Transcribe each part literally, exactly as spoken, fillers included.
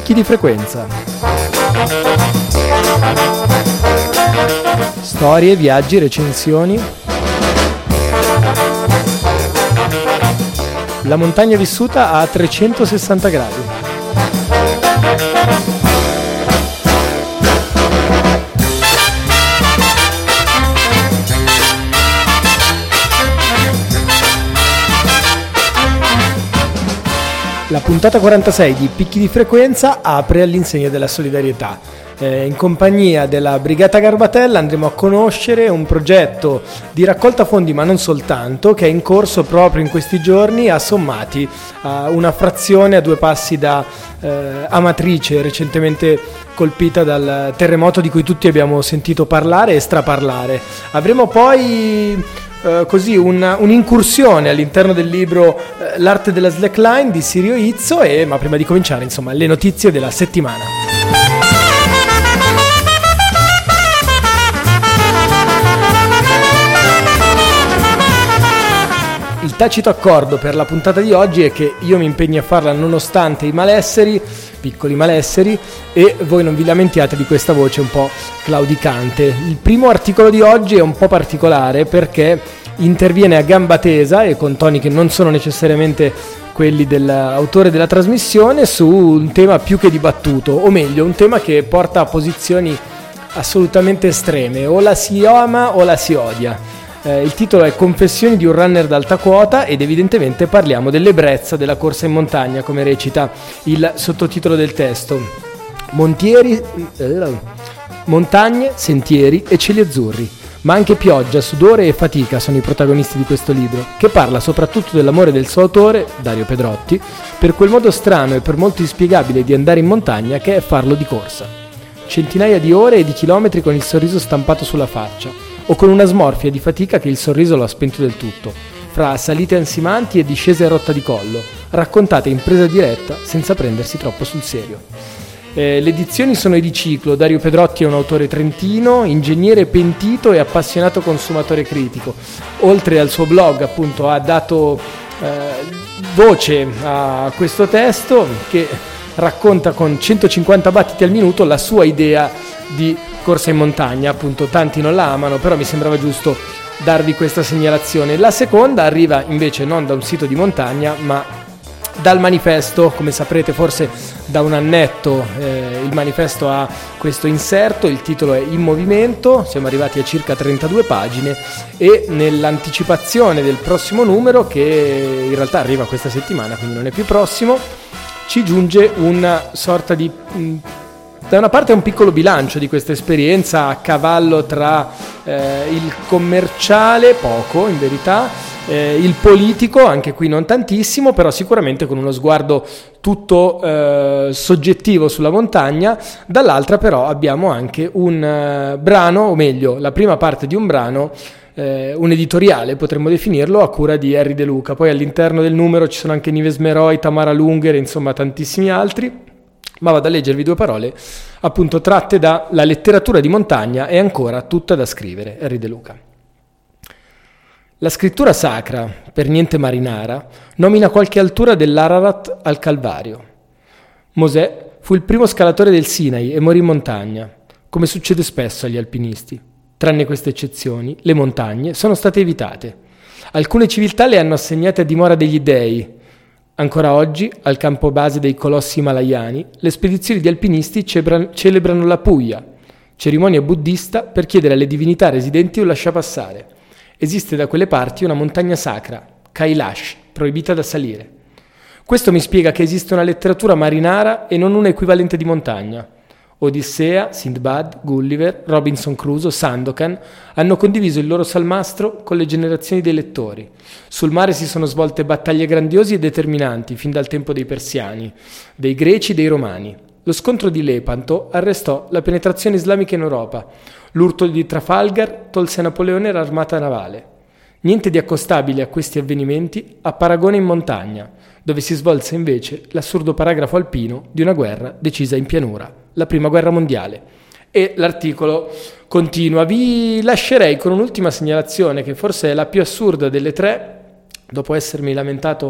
Picchi di frequenza. Storie, viaggi, recensioni. La montagna vissuta a trecentosessanta gradi. La puntata quarantasei di Picchi di frequenza apre all'insegna della solidarietà. Eh, in compagnia della Brigata Garbatella andremo a conoscere un progetto di raccolta fondi, ma non soltanto, che è in corso proprio in questi giorni a Sommati, a una frazione a due passi da eh, Amatrice, recentemente colpita dal terremoto di cui tutti abbiamo sentito parlare e straparlare. Avremo poi Uh, così una, un'incursione all'interno del libro uh, L'arte della slackline di Sirio Izzo e, ma prima di cominciare, insomma, le notizie della settimana. Il tacito accordo per la puntata di oggi è che io mi impegni a farla nonostante i malesseri, piccoli malesseri, e voi non vi lamentiate di questa voce un po' claudicante. Il primo articolo di oggi è un po' particolare perché interviene a gamba tesa e con toni che non sono necessariamente quelli dell'autore della trasmissione su un tema più che dibattuto, o meglio, un tema che porta a posizioni assolutamente estreme, o la si ama o la si odia. Eh, il titolo è Confessioni di un runner d'alta quota ed evidentemente parliamo dell'ebbrezza della corsa in montagna, come recita il sottotitolo del testo. Montieri, eh, montagne, sentieri e cieli azzurri, ma anche pioggia, sudore e fatica sono i protagonisti di questo libro, che parla soprattutto dell'amore del suo autore, Dario Pedrotti, per quel modo strano e per molto inspiegabile di andare in montagna che è farlo di corsa. Centinaia di ore e di chilometri con il sorriso stampato sulla faccia, o con una smorfia di fatica che il sorriso lo ha spento del tutto, fra salite ansimanti e discese a rotta di collo, raccontate in presa diretta senza prendersi troppo sul serio. Eh, le edizioni sono Ediciclo. Dario Pedrotti è un autore trentino, ingegnere pentito e appassionato consumatore critico. Oltre al suo blog, appunto, ha dato eh, voce a questo testo che racconta con centocinquanta battiti al minuto la sua idea di corsa in montagna. Appunto, tanti non la amano, però mi sembrava giusto darvi questa segnalazione. La seconda arriva invece non da un sito di montagna, ma dal manifesto. Come saprete forse da un annetto eh, il manifesto ha questo inserto, il titolo è In Movimento, siamo arrivati a circa trentadue pagine e nell'anticipazione del prossimo numero, che in realtà arriva questa settimana, quindi non è più prossimo, ci giunge una sorta di... Mh, da una parte è un piccolo bilancio di questa esperienza a cavallo tra eh, il commerciale, poco in verità, eh, il politico, anche qui non tantissimo, però sicuramente con uno sguardo tutto eh, soggettivo sulla montagna. Dall'altra però abbiamo anche un uh, brano, o meglio la prima parte di un brano, eh, un editoriale potremmo definirlo, a cura di Henry De Luca. Poi all'interno del numero ci sono anche Nives Meroi, Tamara Lunger e insomma tantissimi altri. Ma vado a leggervi due parole, appunto tratte da La letteratura di montagna è ancora tutta da scrivere, Henry De Luca. La scrittura sacra, per niente marinara, nomina qualche altura dell'Ararat al Calvario. Mosè fu il primo scalatore del Sinai e morì in montagna, come succede spesso agli alpinisti. Tranne queste eccezioni, le montagne sono state evitate. Alcune civiltà le hanno assegnate a dimora degli dei. Ancora oggi, al campo base dei colossi himalayani, le spedizioni di alpinisti celebrano la puja, cerimonia buddista per chiedere alle divinità residenti un lasciapassare. Esiste da quelle parti una montagna sacra, Kailash, proibita da salire. Questo mi spiega che esiste una letteratura marinara e non un equivalente di montagna. Odissea, Sindbad, Gulliver, Robinson Crusoe, Sandokan hanno condiviso il loro salmastro con le generazioni dei lettori. Sul mare si sono svolte battaglie grandiosi e determinanti fin dal tempo dei persiani, dei greci e dei romani. Lo scontro di Lepanto arrestò la penetrazione islamica in Europa. L'urto di Trafalgar tolse a Napoleone l'armata navale. Niente di accostabile a questi avvenimenti a paragone in montagna, dove si svolse invece l'assurdo paragrafo alpino di una guerra decisa in pianura, la prima guerra mondiale. E l'articolo continua. Vi lascerei con un'ultima segnalazione che forse è la più assurda delle tre, dopo essermi lamentato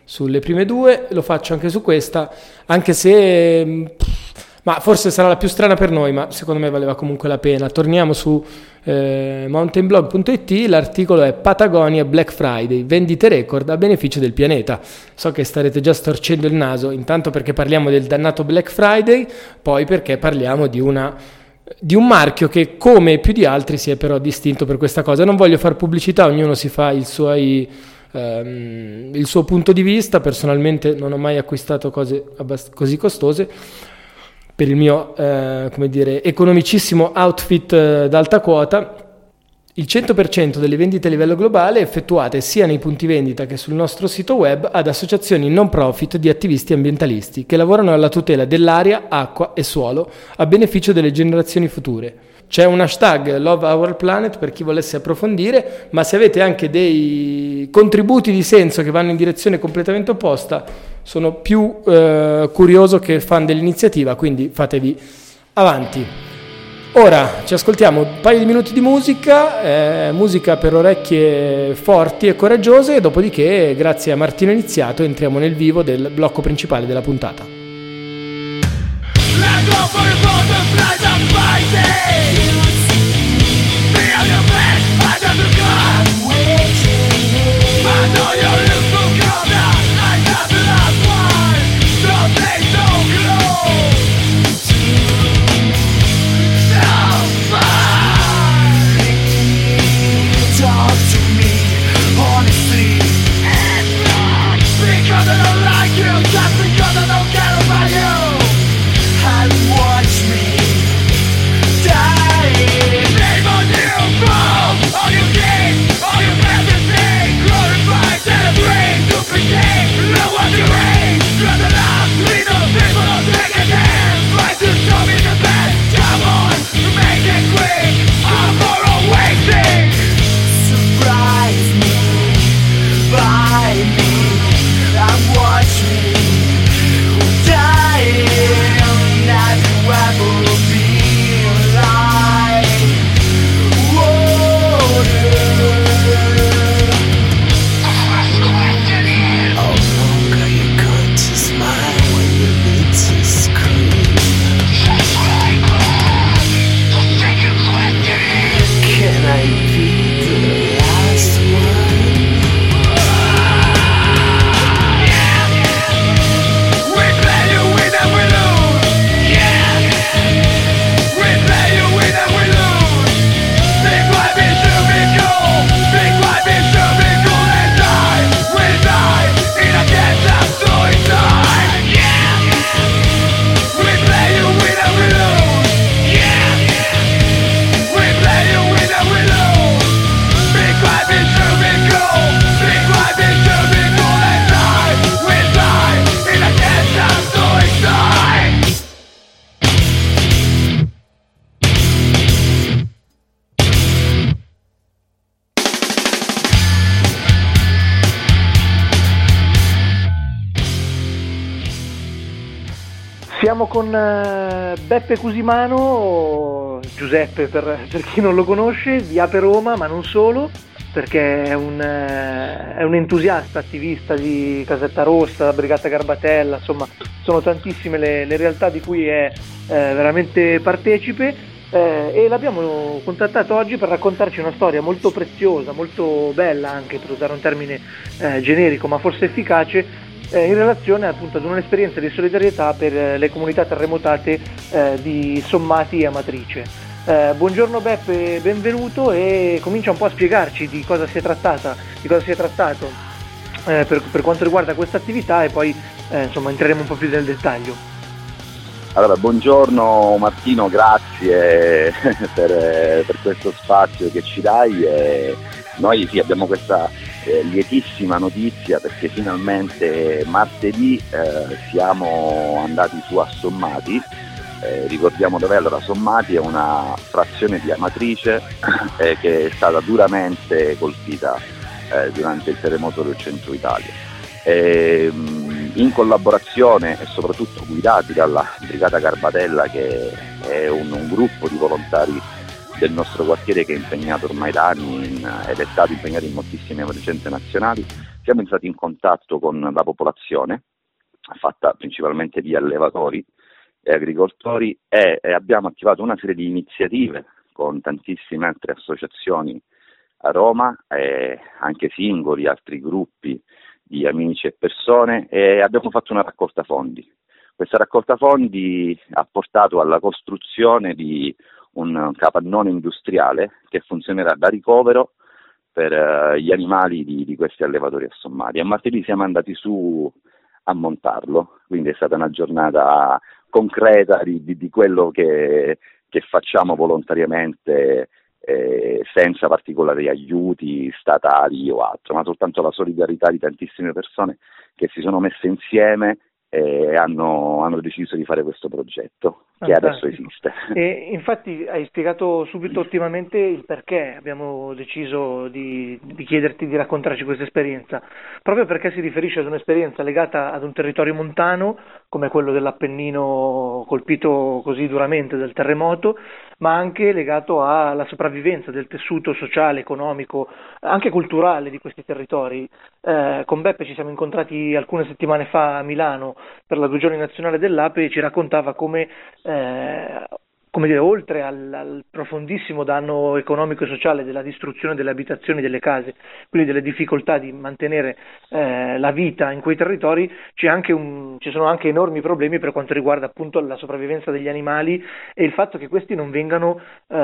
sulle prime due, lo faccio anche su questa, anche se... ma forse sarà la più strana per noi, ma secondo me valeva comunque la pena. Torniamo su eh, mountainblog punto it, l'articolo è Patagonia Black Friday, vendite record a beneficio del pianeta. So che starete già storcendo il naso, intanto perché parliamo del dannato Black Friday, poi perché parliamo di una... di un marchio che come più di altri si è però distinto per questa cosa. Non voglio fare pubblicità, ognuno si fa il suoi... Um, il suo punto di vista. Personalmente non ho mai acquistato cose abbast- così costose per il mio eh, come dire economicissimo outfit eh, d'alta quota. Il cento per cento delle vendite a livello globale effettuate sia nei punti vendita che sul nostro sito web ad associazioni non profit di attivisti ambientalisti che lavorano alla tutela dell'aria, acqua e suolo a beneficio delle generazioni future. C'è un hashtag Love Our Planet per chi volesse approfondire, ma se avete anche dei contributi di senso che vanno in direzione completamente opposta, sono più eh, curioso che fan dell'iniziativa, quindi fatevi avanti. Ora ci ascoltiamo un paio di minuti di musica, eh, musica per orecchie forti e coraggiose, e dopodiché, grazie a Martino Iniziato, entriamo nel vivo del blocco principale della puntata. Siamo con uh, Beppe Cusimano, Giuseppe per, per chi non lo conosce, di Ape Roma, ma non solo, perché è un, uh, è un entusiasta, attivista di Casetta Rossa, Brigata Garbatella, insomma sono tantissime le, le realtà di cui è uh, veramente partecipe, uh, e l'abbiamo contattato oggi per raccontarci una storia molto preziosa, molto bella anche, per usare un termine uh, generico ma forse efficace, in relazione appunto ad un'esperienza di solidarietà per le comunità terremotate eh, di Sommati e Amatrice. Eh, buongiorno Beppe, benvenuto, e comincia un po' a spiegarci di cosa si è trattata, di cosa si è trattato eh, per, per quanto riguarda questa attività, e poi eh, insomma entreremo un po' più nel dettaglio. Allora, buongiorno Martino, grazie per, per questo spazio che ci dai. E noi sì, abbiamo questa eh, lietissima notizia, perché finalmente martedì eh, siamo andati su a Sommati. Eh, ricordiamo dov'è. Allora, Sommati è una frazione di Amatrice eh, che è stata duramente colpita eh, durante il terremoto del centro Italia. E, in collaborazione e soprattutto guidati dalla Brigata Garbatella, che è un, un gruppo di volontari del nostro quartiere, che è impegnato ormai da anni in, ed è stato impegnato in moltissime emergenze nazionali. Siamo entrati in contatto con la popolazione, fatta principalmente di allevatori e agricoltori, e, e abbiamo attivato una serie di iniziative con tantissime altre associazioni a Roma, e anche singoli, altri gruppi di amici e persone, e abbiamo fatto una raccolta fondi. Questa raccolta fondi ha portato alla costruzione di un capannone industriale che funzionerà da ricovero per uh, gli animali di, di questi allevatori assommati. A martedì siamo andati su a montarlo, quindi è stata una giornata concreta di, di, di quello che, che facciamo volontariamente, eh, senza particolari aiuti statali o altro, ma soltanto la solidarietà di tantissime persone che si sono messe insieme e hanno, hanno deciso di fare questo progetto. Fantastico. Che adesso esiste. E infatti hai spiegato subito ottimamente il perché abbiamo deciso di, di chiederti di raccontarci questa esperienza, proprio perché si riferisce ad un'esperienza legata ad un territorio montano come quello dell'Appennino colpito così duramente dal terremoto, ma anche legato alla sopravvivenza del tessuto sociale, economico, anche culturale di questi territori. Eh, con Beppe ci siamo incontrati alcune settimane fa a Milano per la due giorni nazionale dell'Ape e ci raccontava come Eh, come dire, oltre al, al profondissimo danno economico e sociale della distruzione delle abitazioni, delle case, quindi delle difficoltà di mantenere eh, la vita in quei territori, c'è anche un, ci sono anche enormi problemi per quanto riguarda appunto la sopravvivenza degli animali e il fatto che questi non vengano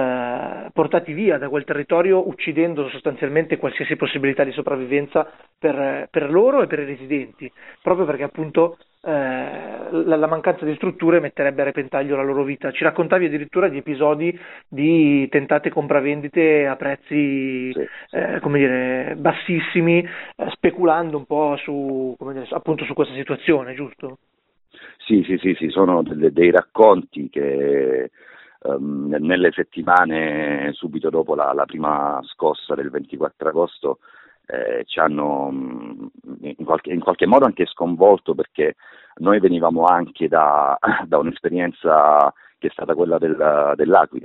eh, portati via da quel territorio, uccidendo sostanzialmente qualsiasi possibilità di sopravvivenza per, per loro e per i residenti, proprio perché appunto Eh, la, la mancanza di strutture metterebbe a repentaglio la loro vita. Ci raccontavi addirittura di episodi di tentate compravendite a prezzi sì. eh, come dire, bassissimi, eh, speculando un po' su, come dire, appunto su questa situazione, giusto? Sì, sì, sì, sì, sono delle, dei racconti che um, nelle settimane subito dopo la, la prima scossa del ventiquattro agosto Eh, ci hanno in qualche, in qualche modo anche sconvolto, perché noi venivamo anche da, da un'esperienza che è stata quella del, dell'Aquila.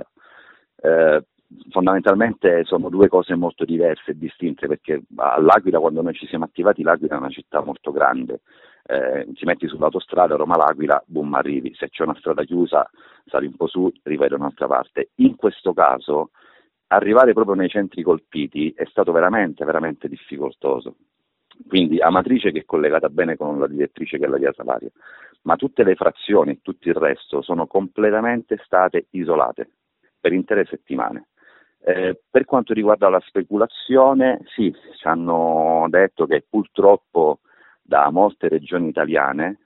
Eh, fondamentalmente sono due cose molto diverse e distinte, perché all'Aquila, quando noi ci siamo attivati, l'Aquila è una città molto grande, eh, ti metti sull'autostrada Roma-L'Aquila, boom, arrivi, se c'è una strada chiusa sali un po' su, arrivai da un'altra parte. In questo caso arrivare proprio nei centri colpiti è stato veramente, veramente difficoltoso. Quindi Amatrice, che è collegata bene con la direttrice che è la via Salaria, ma tutte le frazioni e tutto il resto sono completamente state isolate per intere settimane. Eh, per quanto riguarda la speculazione, sì, ci hanno detto che purtroppo da molte regioni italiane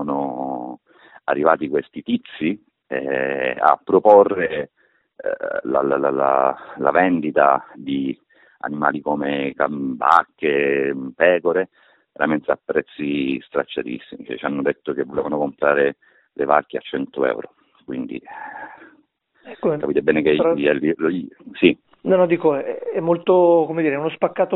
sono arrivati questi tizi eh, a proporre La, la, la, la vendita di animali come vacche, pecore, veramente a prezzi stracciatissimi. Cioè, ci hanno detto che volevano comprare le vacche a cento euro, quindi ecco, capite bene che però, gli, gli, gli, sì. No, no, dico, è, è molto, come dire, uno spaccato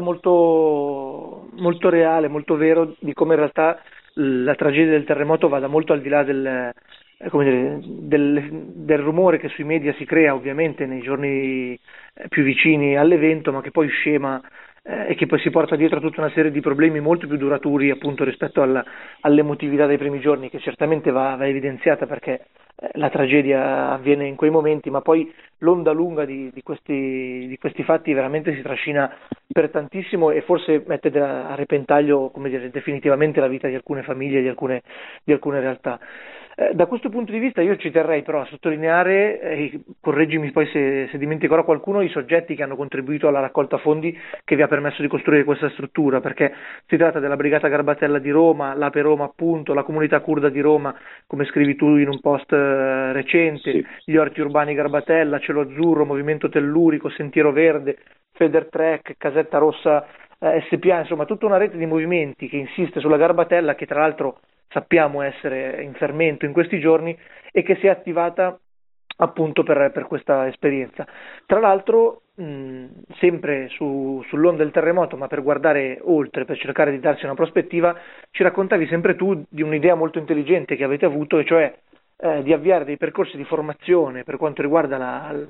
molto, molto reale, molto vero di come in realtà la tragedia del terremoto vada molto al di là del come dire, del, del rumore che sui media si crea ovviamente nei giorni più vicini all'evento, ma che poi scema eh, e che poi si porta dietro tutta una serie di problemi molto più duraturi appunto rispetto alla, all'emotività dei primi giorni, che certamente va, va evidenziata perché eh, la tragedia avviene in quei momenti, ma poi l'onda lunga di, di, questi, di questi fatti veramente si trascina per tantissimo e forse mette a repentaglio, come dire, definitivamente la vita di alcune famiglie, di alcune, di alcune realtà. Eh, da questo punto di vista io ci terrei però a sottolineare, eh, correggimi poi se, se dimenticherò qualcuno, i soggetti che hanno contribuito alla raccolta fondi che vi ha permesso di costruire questa struttura, perché si tratta della Brigata Garbatella di Roma, l'Ape Roma appunto, la comunità curda di Roma, come scrivi tu in un post eh, recente, sì. Gli orti urbani Garbatella, Cielo Azzurro, Movimento Tellurico, Sentiero Verde, Federtrek, Casetta Rossa eh, S P A, insomma tutta una rete di movimenti che insiste sulla Garbatella, che tra l'altro sappiamo essere in fermento in questi giorni e che si è attivata appunto per, per questa esperienza. Tra l'altro mh, sempre su, sull'onda del terremoto, ma per guardare oltre, per cercare di darsi una prospettiva, ci raccontavi sempre tu di un'idea molto intelligente che avete avuto, e cioè eh, di avviare dei percorsi di formazione per quanto riguarda la,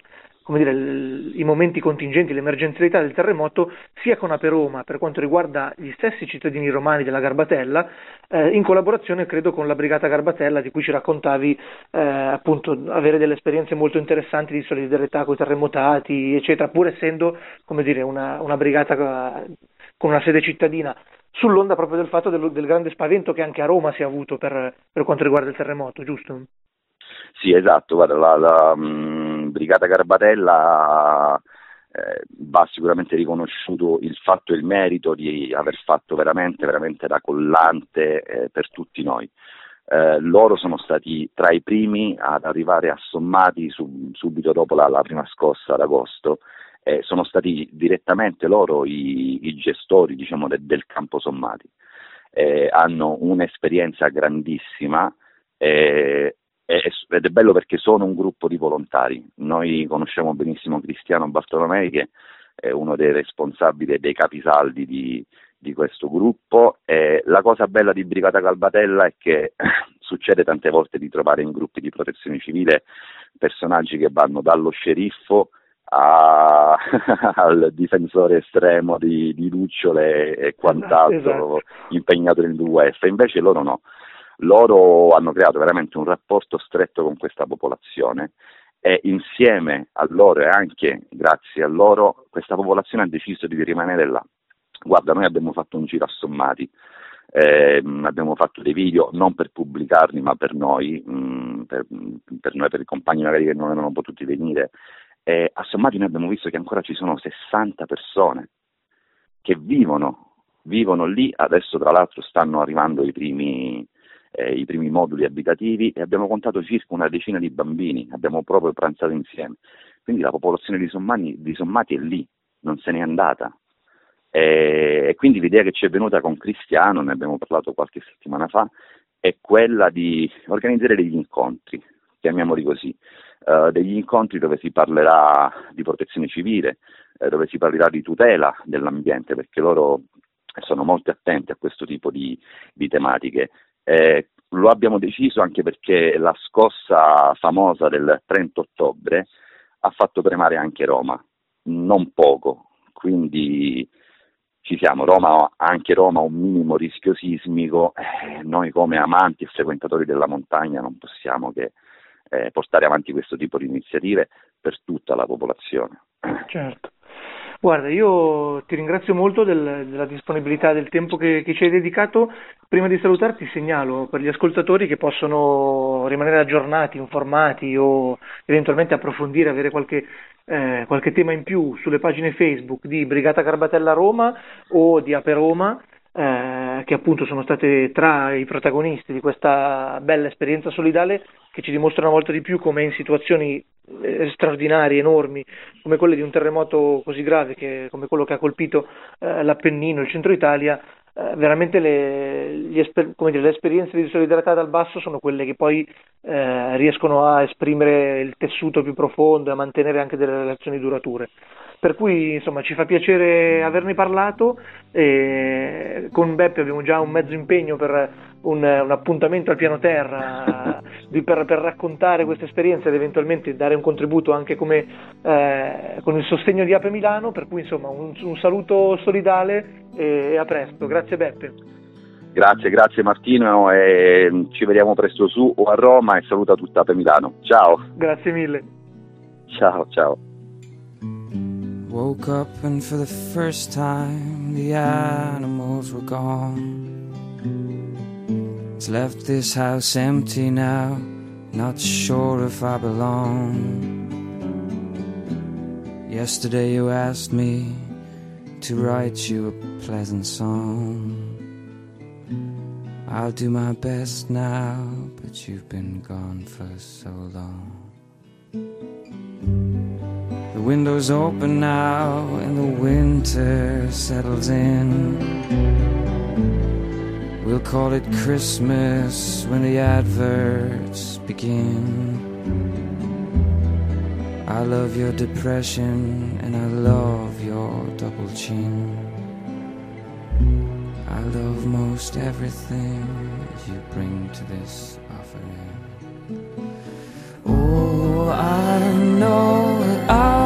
come dire, il, i momenti contingenti, l'emergenzialità del terremoto, sia con Aperoma per quanto riguarda gli stessi cittadini romani della Garbatella, eh, in collaborazione credo con la Brigata Garbatella, di cui ci raccontavi eh, appunto avere delle esperienze molto interessanti di solidarietà con i terremotati, eccetera, pur essendo, come dire, una, una brigata con una sede cittadina, sull'onda proprio del fatto del, del grande spavento che anche a Roma si è avuto per, per quanto riguarda il terremoto, giusto? Sì, esatto, guarda, la, la mh, Brigata Garbatella eh, va sicuramente riconosciuto il fatto e il merito di aver fatto veramente, veramente da collante eh, per tutti noi. Eh, loro sono stati tra i primi ad arrivare a Sommati su, subito dopo la, la prima scossa ad agosto. Eh, sono stati direttamente loro i, i gestori, diciamo, de, del campo Sommati. Eh, hanno un'esperienza grandissima eh, ed è bello perché sono un gruppo di volontari. Noi conosciamo benissimo Cristiano Bartolomei, che è uno dei responsabili e dei capisaldi di, di questo gruppo. E la cosa bella di Brigata Garbatella è che succede tante volte di trovare in gruppi di protezione civile personaggi che vanno dallo sceriffo A, al difensore estremo di, di lucciole e quant'altro, esatto, impegnato nel W W F. Invece loro no, loro hanno creato veramente un rapporto stretto con questa popolazione e insieme a loro e anche grazie a loro questa popolazione ha deciso di rimanere là. Guarda, noi abbiamo fatto un giro a Sommati, eh, abbiamo fatto dei video non per pubblicarli ma per noi, mh, per, per noi, per i compagni magari che non erano potuti venire. Eh, a Sommati noi abbiamo visto che ancora ci sono sessanta persone che vivono, vivono lì. Adesso tra l'altro stanno arrivando i primi, eh, i primi moduli abitativi e abbiamo contato circa una decina di bambini, abbiamo proprio pranzato insieme. Quindi la popolazione di Sommati, di Sommati è lì, non se n'è andata. E, e quindi l'idea che ci è venuta con Cristiano, ne abbiamo parlato qualche settimana fa, è quella di organizzare degli incontri, chiamiamoli così. Uh, degli incontri dove si parlerà di protezione civile, eh, dove si parlerà di tutela dell'ambiente, perché loro sono molto attenti a questo tipo di, di tematiche. Eh, lo abbiamo deciso anche perché la scossa famosa del trenta ottobre ha fatto tremare anche Roma, non poco, quindi ci siamo. Roma, anche Roma ha un minimo rischio sismico, eh, noi come amanti e frequentatori della montagna non possiamo che Eh, portare avanti questo tipo di iniziative per tutta la popolazione. Certo. Guarda, io ti ringrazio molto del, della disponibilità del tempo che, che ci hai dedicato. Prima di salutarti segnalo per gli ascoltatori che possono rimanere aggiornati, informati o eventualmente approfondire, avere qualche, eh, qualche tema in più sulle pagine Facebook di Brigata Garbatella Roma o di Aperoma, Eh, che appunto sono state tra i protagonisti di questa bella esperienza solidale, che ci dimostrano una volta di più come in situazioni eh, straordinarie, enormi, come quelle di un terremoto così grave che, come quello che ha colpito eh, l'Appennino, il centro Italia, eh, veramente le, gli esper- come dire, le esperienze di solidarietà dal basso sono quelle che poi eh, riescono a esprimere il tessuto più profondo e a mantenere anche delle relazioni durature. Per cui insomma ci fa piacere averne parlato, e con Beppe abbiamo già un mezzo impegno per un, un appuntamento al piano terra di, per, per raccontare queste esperienze ed eventualmente dare un contributo anche come, eh, con il sostegno di Ape Milano, per cui insomma un, un saluto solidale e a presto. Grazie Beppe. Grazie, grazie Martino, e ci vediamo presto su o a Roma, e saluta tutta Ape Milano. Ciao. Grazie mille. Ciao, ciao. Woke up and for the first time the animals were gone. It's left this house empty now, not sure if I belong. Yesterday you asked me to write you a pleasant song. I'll do my best now, but you've been gone for so long. The window's open now and the winter settles in. We'll call it Christmas when the adverts begin. I love your depression and I love your double chin. I love most everything you bring to this offering. Oh, I know that I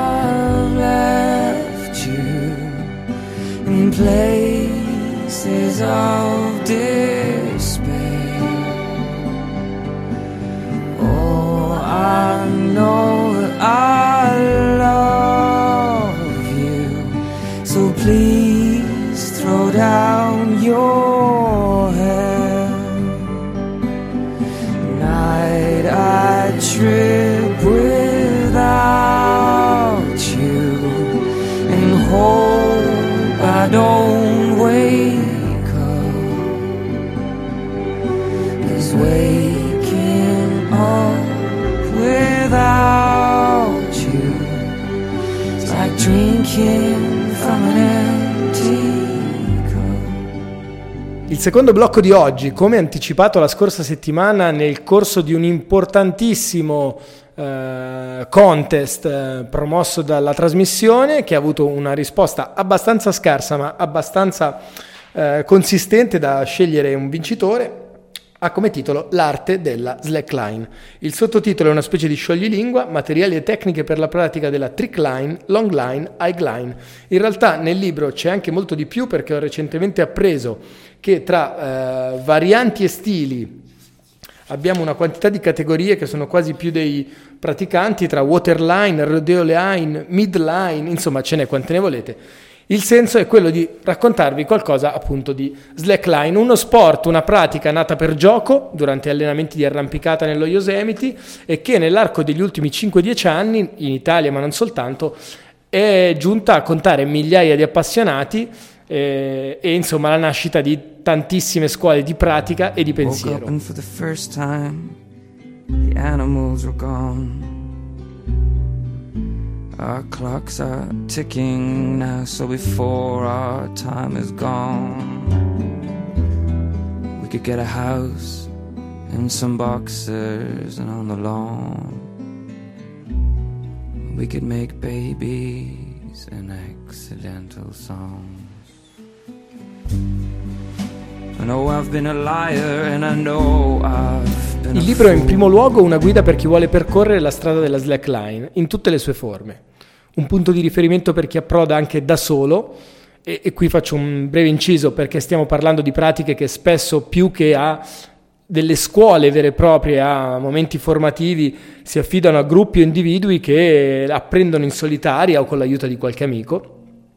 drinking from an empty Il secondo blocco di oggi, come anticipato la scorsa settimana nel corso di un importantissimo eh, contest eh, promosso dalla trasmissione, che ha avuto una risposta abbastanza scarsa ma abbastanza eh, consistente da scegliere un vincitore, ha come titolo L'arte della slackline. Il sottotitolo è una specie di scioglilingua, materiali e tecniche per la pratica della trickline, longline, highline. In realtà nel libro c'è anche molto di più, perché ho recentemente appreso che tra eh, varianti e stili abbiamo una quantità di categorie che sono quasi più dei praticanti, tra waterline, rodeo line, midline, insomma ce n'è quante ne volete. Il senso è quello di raccontarvi qualcosa appunto di slackline, uno sport, una pratica nata per gioco durante allenamenti di arrampicata nello Yosemite e che nell'arco degli ultimi cinque dieci anni, in Italia ma non soltanto, è giunta a contare migliaia di appassionati eh, e insomma la nascita di tantissime scuole di pratica e di pensiero. Our clocks are ticking now, so before our time is gone, we could get a house and some boxers, and on the lawn we could make babies and accidental songs. I know I've been a liar and I know I've been a Il libro è in primo luogo una guida per chi vuole percorrere la strada della slackline in tutte le sue forme, un punto di riferimento per chi approda anche da solo, e, e qui faccio un breve inciso perché stiamo parlando di pratiche che spesso, più che a delle scuole vere e proprie, a momenti formativi, si affidano a gruppi o individui che apprendono in solitaria o con l'aiuto di qualche amico.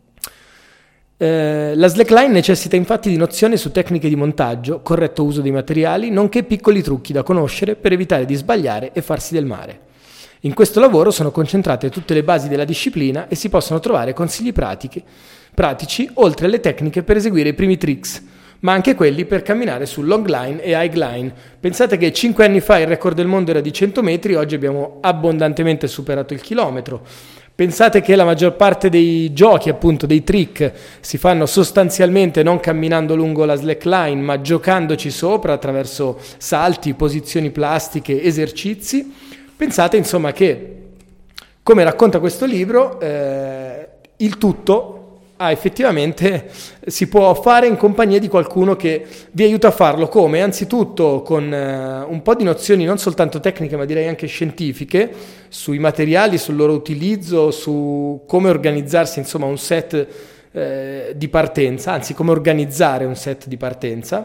Eh, la slackline necessita infatti di nozioni su tecniche di montaggio, corretto uso dei materiali, nonché piccoli trucchi da conoscere per evitare di sbagliare e farsi del male. In questo lavoro sono concentrate tutte le basi della disciplina e si possono trovare consigli pratici, pratici oltre alle tecniche per eseguire i primi tricks, ma anche quelli per camminare su longline e highline. Pensate che cinque anni fa il record del mondo era di cento metri, oggi abbiamo abbondantemente superato il chilometro. Pensate che la maggior parte dei giochi, appunto dei trick, si fanno sostanzialmente non camminando lungo la slackline, ma giocandoci sopra attraverso salti, posizioni plastiche, esercizi. Pensate insomma che, come racconta questo libro, eh, il tutto ah, effettivamente si può fare in compagnia di qualcuno che vi aiuta a farlo. Come? Anzitutto con eh, un po' di nozioni non soltanto tecniche ma direi anche scientifiche sui materiali, sul loro utilizzo, su come organizzarsi insomma un set eh, di partenza, anzi come organizzare un set di partenza,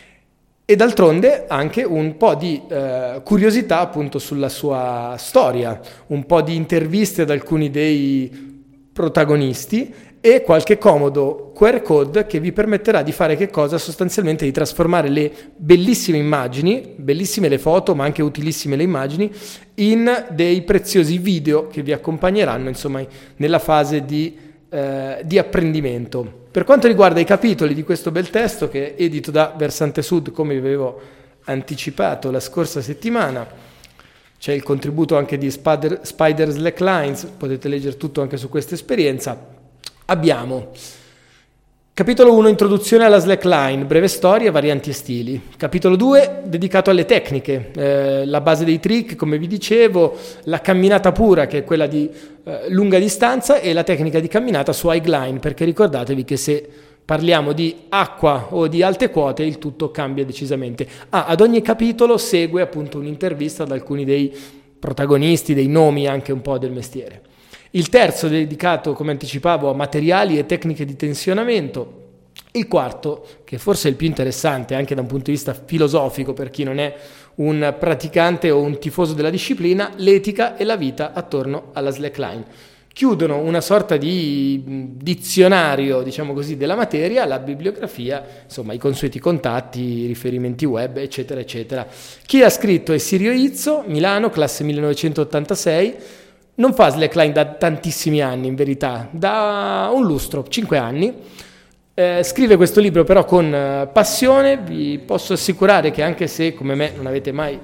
e d'altronde anche un po' di eh, curiosità appunto sulla sua storia, un po' di interviste ad alcuni dei protagonisti e qualche comodo Q R code che vi permetterà di fare che cosa? Sostanzialmente di trasformare le bellissime immagini, bellissime le foto ma anche utilissime le immagini, in dei preziosi video che vi accompagneranno insomma nella fase di, eh, di apprendimento. Per quanto riguarda i capitoli di questo bel testo, che è edito da Versante Sud, come vi avevo anticipato la scorsa settimana, c'è il contributo anche di Spider, Spider Slacklines, potete leggere tutto anche su questa esperienza. Abbiamo capitolo uno, introduzione alla slackline, breve storia, varianti e stili. Capitolo due, dedicato alle tecniche, eh, la base dei trick, come vi dicevo, la camminata pura, che è quella di eh, lunga distanza, e la tecnica di camminata su highline, perché ricordatevi che se parliamo di acqua o di alte quote il tutto cambia decisamente. Ah, ad ogni capitolo segue appunto un'intervista ad alcuni dei protagonisti, dei nomi anche un po' del mestiere. Il terzo dedicato, come anticipavo, a materiali e tecniche di tensionamento. Il quarto, che forse è il più interessante anche da un punto di vista filosofico per chi non è un praticante o un tifoso della disciplina, l'etica e la vita attorno alla slackline. Chiudono una sorta di dizionario, diciamo così, della materia, la bibliografia, insomma i consueti contatti, i riferimenti web, eccetera, eccetera. Chi ha scritto è Sirio Izzo, Milano, classe millenovecentottantasei. Non fa slackline da tantissimi anni, in verità, da un lustro, cinque anni. Eh, scrive questo libro però con eh, passione. Vi posso assicurare che anche se, come me, non avete mai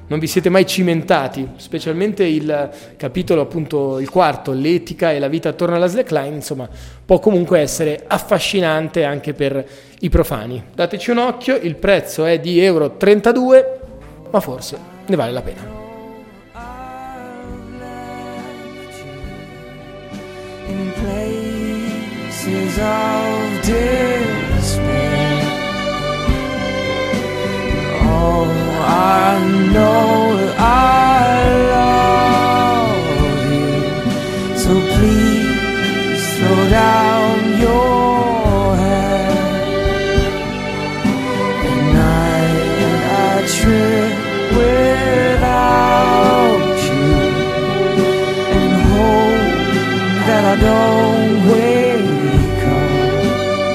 non vi siete mai cimentati, specialmente il capitolo appunto il quarto, l'etica e la vita attorno alla slackline, insomma può comunque essere affascinante anche per i profani. Dateci un occhio, il prezzo è di euro trentadue, ma forse ne vale la pena. In places of despair, oh, I know that I love you, so please throw down your head. At night I trip without you and hope that I don't wake up,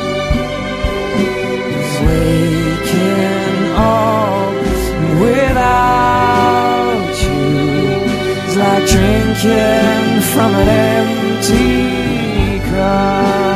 'cause waking up without you is like drinking from an empty cup.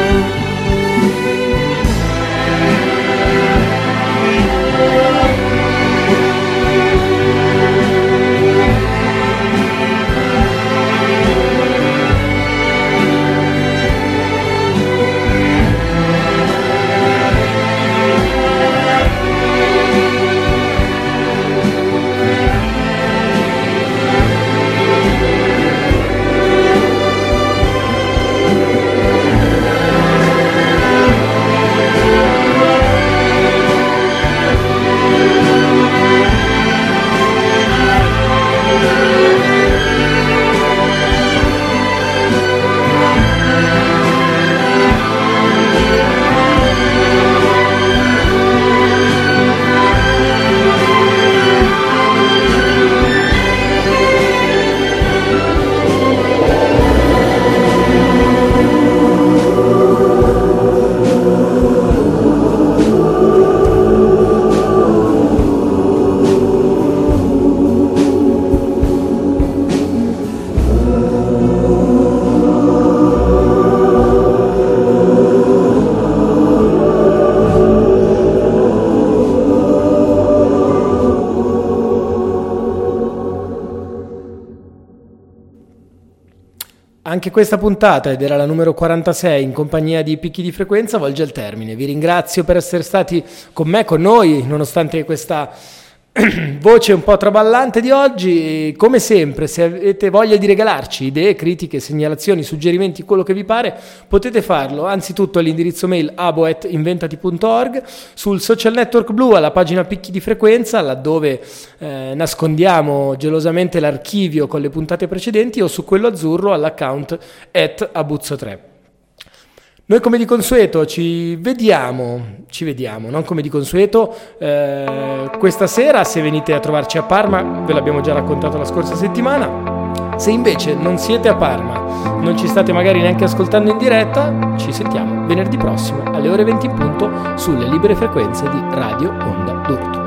Anche questa puntata, ed era la numero quarantasei, in compagnia di Picchi di Frequenza, volge al termine. Vi ringrazio per essere stati con me, con noi, nonostante questa voce un po' traballante di oggi. E come sempre, se avete voglia di regalarci idee, critiche, segnalazioni, suggerimenti, quello che vi pare, potete farlo anzitutto all'indirizzo mail abo at inventati punto org, sul social network blu alla pagina Picchi di Frequenza, laddove eh, nascondiamo gelosamente l'archivio con le puntate precedenti, o su quello azzurro all'account at abuzzo tre. Noi come di consueto ci vediamo, ci vediamo, non come di consueto, eh, questa sera, se venite a trovarci a Parma, ve l'abbiamo già raccontato la scorsa settimana. Se invece non siete a Parma, non ci state magari neanche ascoltando in diretta, ci sentiamo venerdì prossimo alle ore venti in punto sulle libere frequenze di Radio Onda d'Urto.